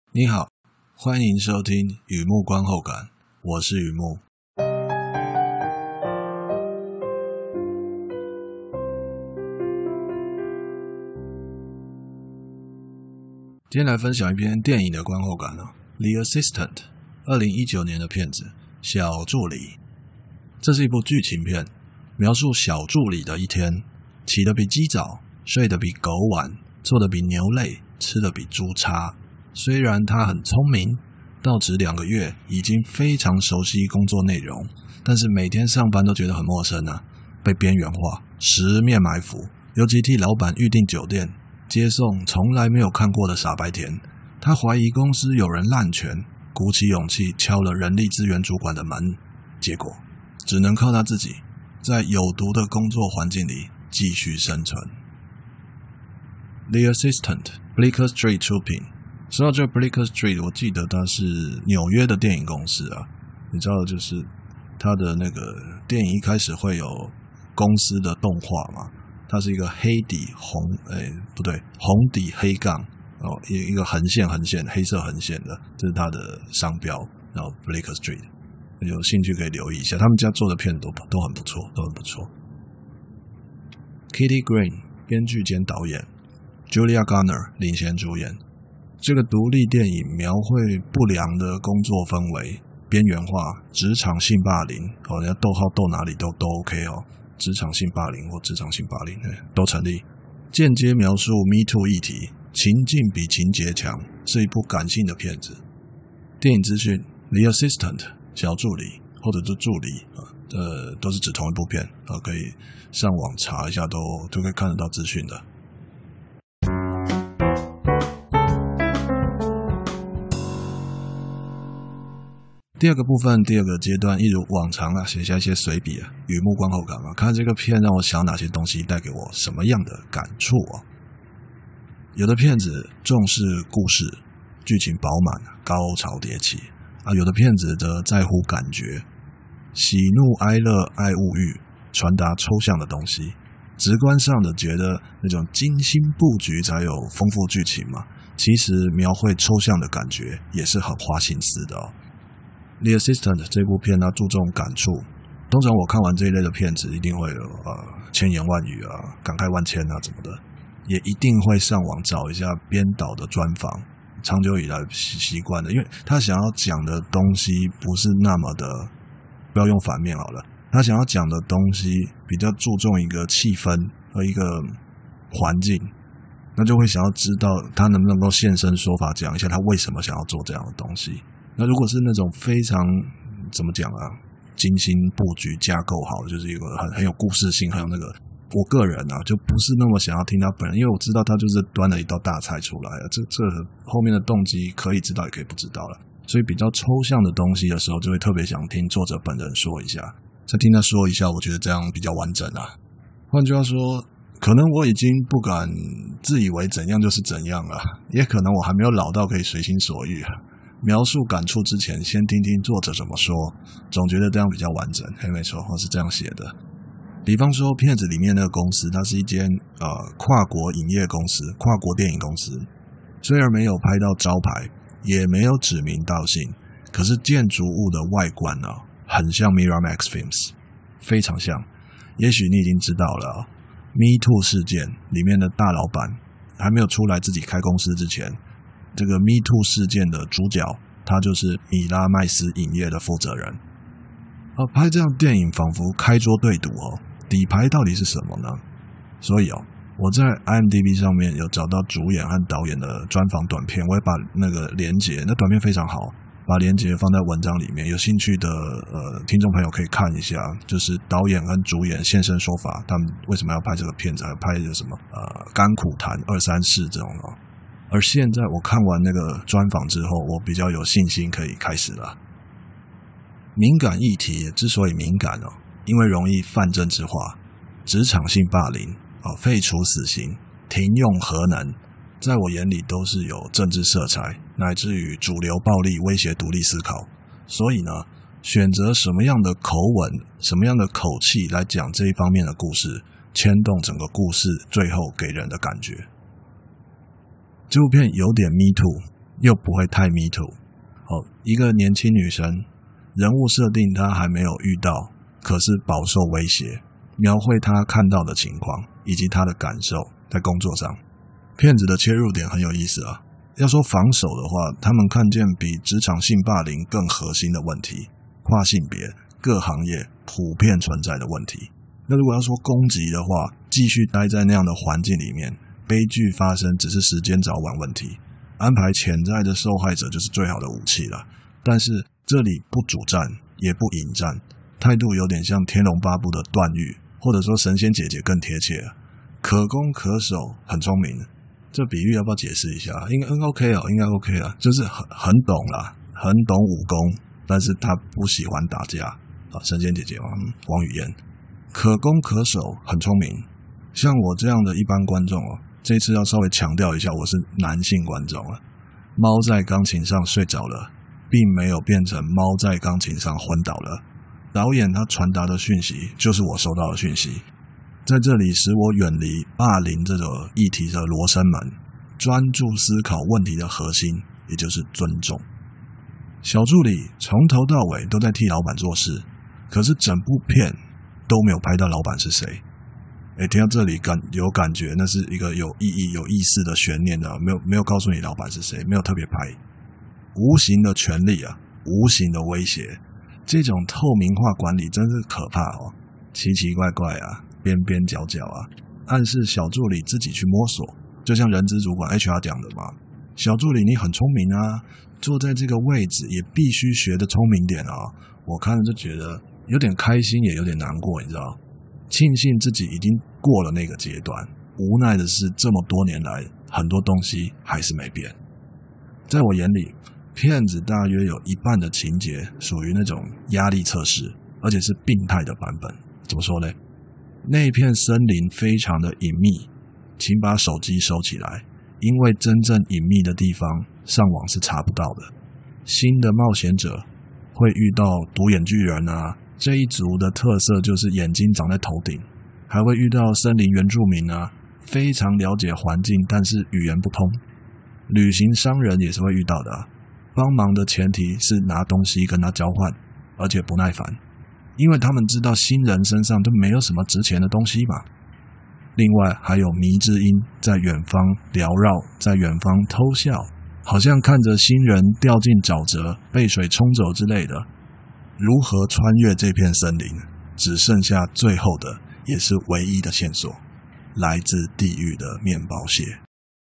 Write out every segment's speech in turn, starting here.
你好，欢迎收听雨幕观后感，我是雨幕。今天来分享一篇电影的观后感The Assistant， 2019年的片子，小助理。这是一部剧情片，描述小助理的一天，起得比鸡早，睡得比狗晚，做得比牛累，吃得比猪差。虽然他很聪明，到职2个月，已经非常熟悉工作内容，但是每天上班都觉得很陌生被边缘化，十面埋伏，尤其替老板预订酒店，接送从来没有看过的傻白甜。他怀疑公司有人滥权，鼓起勇气敲了人力资源主管的门，结果只能靠他自己在有毒的工作环境里继续生存。 The Assistant， Bleecker Street 出品。说到这个 Bleecker Street， 我记得它是纽约的电影公司你知道，就是它的那个电影一开始会有公司的动画嘛，它是一个黑底红底黑杠一个横线黑色横线的，这是它的商标，然后 Bleecker Street， 有兴趣可以留意一下，他们家做的片都很不错，都很不错。 Kitty Green 编剧兼导演， Julia Garner 领衔主演。这个独立电影描绘不良的工作氛围，边缘化，职场性霸凌人家逗号逗哪里都 OK 职场性霸凌或职场性霸凌都成立。间接描述 Me Too 议题，情境比情节强，是一部感性的片子。电影资讯 The Assistant 小助理或者是助理都是指同一部片可以上网查一下，都可以看得到资讯的。第二个部分，第二个阶段，一如往常写下一些随笔雨幕观后感看这个片让我想哪些东西，带给我什么样的感触有的片子重视故事，剧情饱满，高潮迭起有的片子则在乎感觉，喜怒哀乐爱物欲，传达抽象的东西。直观上的觉得那种精心布局才有丰富剧情嘛，其实描绘抽象的感觉也是很花心思的The Assistant 这部片它注重感触，通常我看完这一类的片子一定会有千言万语感慨万千怎么的，也一定会上网找一下编导的专访，长久以来习惯的，因为他想要讲的东西不是那么的，不要用反面好了，他想要讲的东西比较注重一个气氛和一个环境，那就会想要知道他能不能够现身说法，讲一下他为什么想要做这样的东西。那如果是那种非常怎么讲精心布局架构好，就是一个很有故事性，很有那个，我个人就不是那么想要听他本人，因为我知道他就是端了一道大菜出来这后面的动机可以知道也可以不知道了，所以比较抽象的东西的时候，就会特别想听作者本人说一下，再听他说一下，我觉得这样比较完整换句话说，可能我已经不敢自以为怎样就是怎样了，也可能我还没有老到可以随心所欲描述感触之前，先听听作者怎么说，总觉得这样比较完整。没错，我是这样写的。比方说，片子里面那个公司，它是一间跨国影业公司，跨国电影公司。虽然没有拍到招牌，也没有指名道姓，可是建筑物的外观很像 Miramax Films， 非常像。也许你已经知道了Me Too 事件里面的大老板还没有出来自己开公司之前，这个 Me Too 事件的主角，他就是米拉麦斯影业的负责人。拍这样电影仿佛开桌对赌底牌到底是什么呢？所以我在 IMDb 上面有找到主演和导演的专访短片，我会把那个连结，那短片非常好，把连结放在文章里面，有兴趣的听众朋友可以看一下，就是导演跟主演现身说法，他们为什么要拍这个片子，还拍一个什么甘苦谈二三事这种而现在我看完那个专访之后，我比较有信心可以开始了。敏感议题之所以敏感因为容易泛政治化，职场性霸凌废除死刑，停用核能，在我眼里都是有政治色彩，乃至于主流暴力威胁独立思考。所以呢，选择什么样的口吻，什么样的口气来讲这一方面的故事，牵动整个故事最后给人的感觉。这部片有点 Me Too， 又不会太 me too。一个年轻女生，人物设定她还没有遇到，可是饱受威胁，描绘她看到的情况以及她的感受，在工作上，骗子的切入点很有意思啊。要说防守的话，他们看见比职场性霸凌更核心的问题，跨性别、各行业普遍存在的问题。那如果要说攻击的话，继续待在那样的环境里面，悲剧发生只是时间早晚问题。安排潜在的受害者就是最好的武器了。但是这里不主战也不引战，态度有点像天龙八部的段誉，或者说神仙姐姐更贴切，可攻可守，很聪明。这比喻要不要解释一下？应该 OK 应该 OK 啊，就是很懂啦，很懂武功，但是他不喜欢打架神仙姐姐王语嫣，可攻可守，很聪明。像我这样的一般观众这次要稍微强调一下，我是男性观众猫在钢琴上睡着了，并没有变成猫在钢琴上昏倒了。导演他传达的讯息就是我收到的讯息，在这里使我远离霸凌这种议题的罗生门，专注思考问题的核心，也就是尊重。小助理从头到尾都在替老板做事，可是整部片都没有拍到老板是谁。听到这里有感觉，那是一个有意义、有意思的悬念的，没有告诉你老板是谁，没有特别拍。无形的权力无形的威胁，这种透明化管理真是可怕奇奇怪怪边边角角暗示小助理自己去摸索。就像人资主管 HR 讲的嘛，小助理你很聪明坐在这个位置也必须学得聪明点我看了就觉得有点开心，也有点难过，你知道，庆幸自己已经过了那个阶段，无奈的是这么多年来很多东西还是没变。在我眼里，骗子大约有一半的情节属于那种压力测试，而且是病态的版本。怎么说呢？那一片森林非常的隐秘，请把手机收起来，因为真正隐秘的地方上网是查不到的。新的冒险者会遇到独眼巨人这一族的特色就是眼睛长在头顶，还会遇到森林原住民非常了解环境，但是语言不通。旅行商人也是会遇到的帮忙的前提是拿东西跟他交换，而且不耐烦，因为他们知道新人身上都没有什么值钱的东西嘛。另外还有迷之音在远方缭绕，在远方偷笑，好像看着新人掉进沼泽被水冲走之类的。如何穿越这片森林，只剩下最后的也是唯一的线索，来自地狱的面包屑。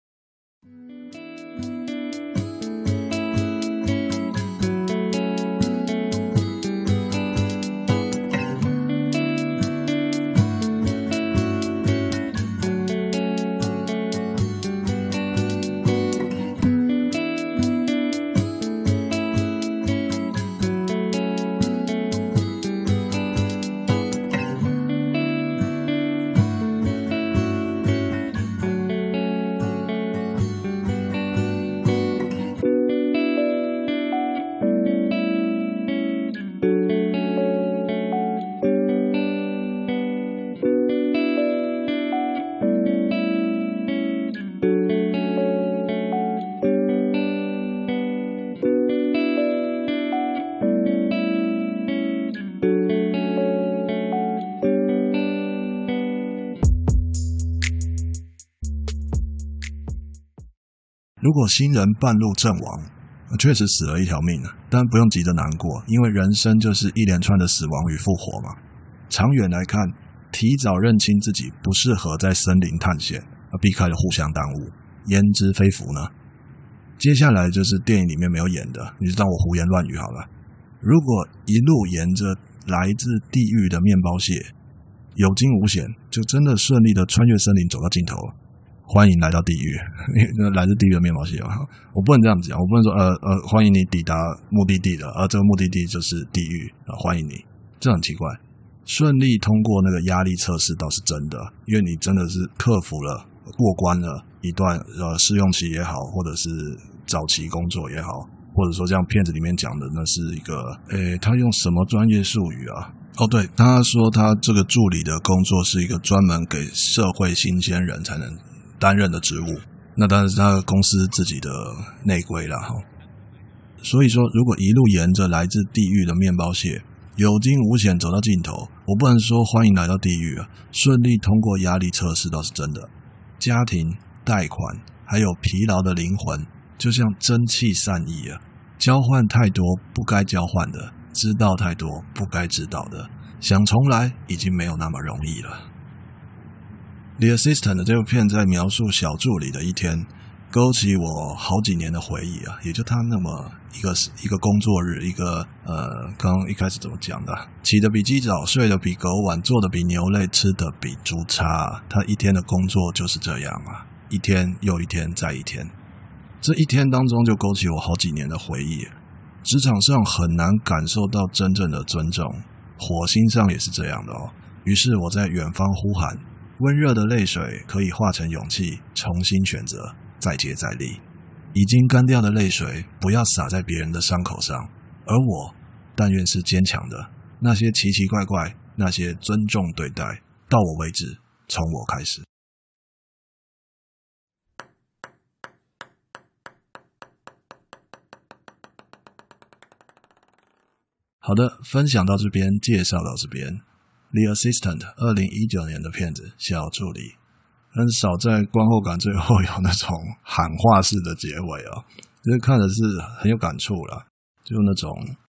如果新人半路阵亡，确实死了一条命但不用急着难过，因为人生就是一连串的死亡与复活嘛。长远来看，提早认清自己不适合在森林探险，避开了互相耽误，焉知非福呢？接下来就是电影里面没有演的，你就当我胡言乱语好了。如果一路沿着来自地狱的面包屑，有惊无险，就真的顺利的穿越森林走到尽头了。欢迎来到地狱，来自地狱的面包屑我不能这样讲，我不能说欢迎你抵达目的地了，这个目的地就是地狱欢迎你，这很奇怪。顺利通过那个压力测试倒是真的，因为你真的是克服了、过关了一段试用期也好，或者是早期工作也好，或者说像片子里面讲的，那是一个他用什么专业术语对，他说他这个助理的工作是一个专门给社会新鲜人才能担任的职务， 那当然是他的公司自己的内规啦齁。所以说，如果一路沿着来自地狱的面包屑有惊无险走到尽头，我不能说欢迎来到地狱啊，顺利通过压力测试倒是真的。家庭、贷款还有疲劳的灵魂就像蒸汽散逸啊，交换太多不该交换的，知道太多不该知道的，想重来已经没有那么容易了。The Assistant 这部片在描述小助理的一天，勾起我好几年的回忆啊，也就他那么一个工作日，一个刚刚一开始怎么讲的，起得比鸡早，睡得比狗晚，做得比牛累，吃得比猪差啊，他一天的工作就是这样啊，一天又一天再一天。这一天当中就勾起我好几年的回忆。职场上很难感受到真正的尊重，火星上也是这样的哦。于是我在远方呼喊，温热的泪水可以化成勇气，重新选择，再接再厉。已经干掉的泪水不要洒在别人的伤口上，而我但愿是坚强的。那些奇奇怪怪，那些尊重对待，到我为止，从我开始。好的，分享到这边，介绍到这边。The Assistant 2019年的片子，小助理。很少在观后感最后有那种喊话式的结尾哦，就是看的是很有感触啦，就那种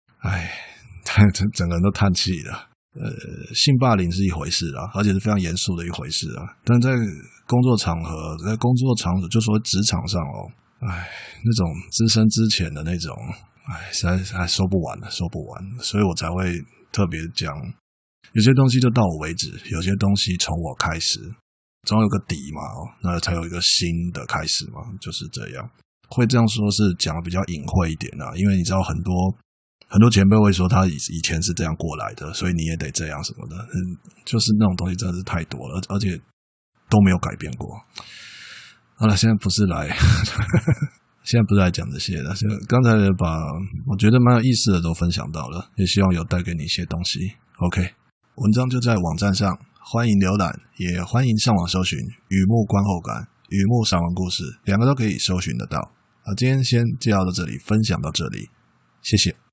整个人都叹气了。性霸凌是一回事啦，而且是非常严肃的一回事啊。但在工作场合，在工作场所，就说职场上哦，那种资深之前的那种，实在还说不完了，所以我才会特别讲，有些东西就到我为止，有些东西从我开始。总有个底嘛，那才有一个新的开始嘛，就是这样。会这样说是讲的比较隐晦一点啊，因为你知道很多前辈会说他以前是这样过来的，所以你也得这样什么的，就是那种东西真的是太多了，而且都没有改变过。好了，现在不是来讲这些的，刚才把我觉得蛮有意思的都分享到了，也希望有带给你一些东西。OK， 文章就在网站上。欢迎浏览，也欢迎上网搜寻雨幕观后感、雨幕散文故事，两个都可以搜寻得到。今天先介绍到这里，分享到这里，谢谢。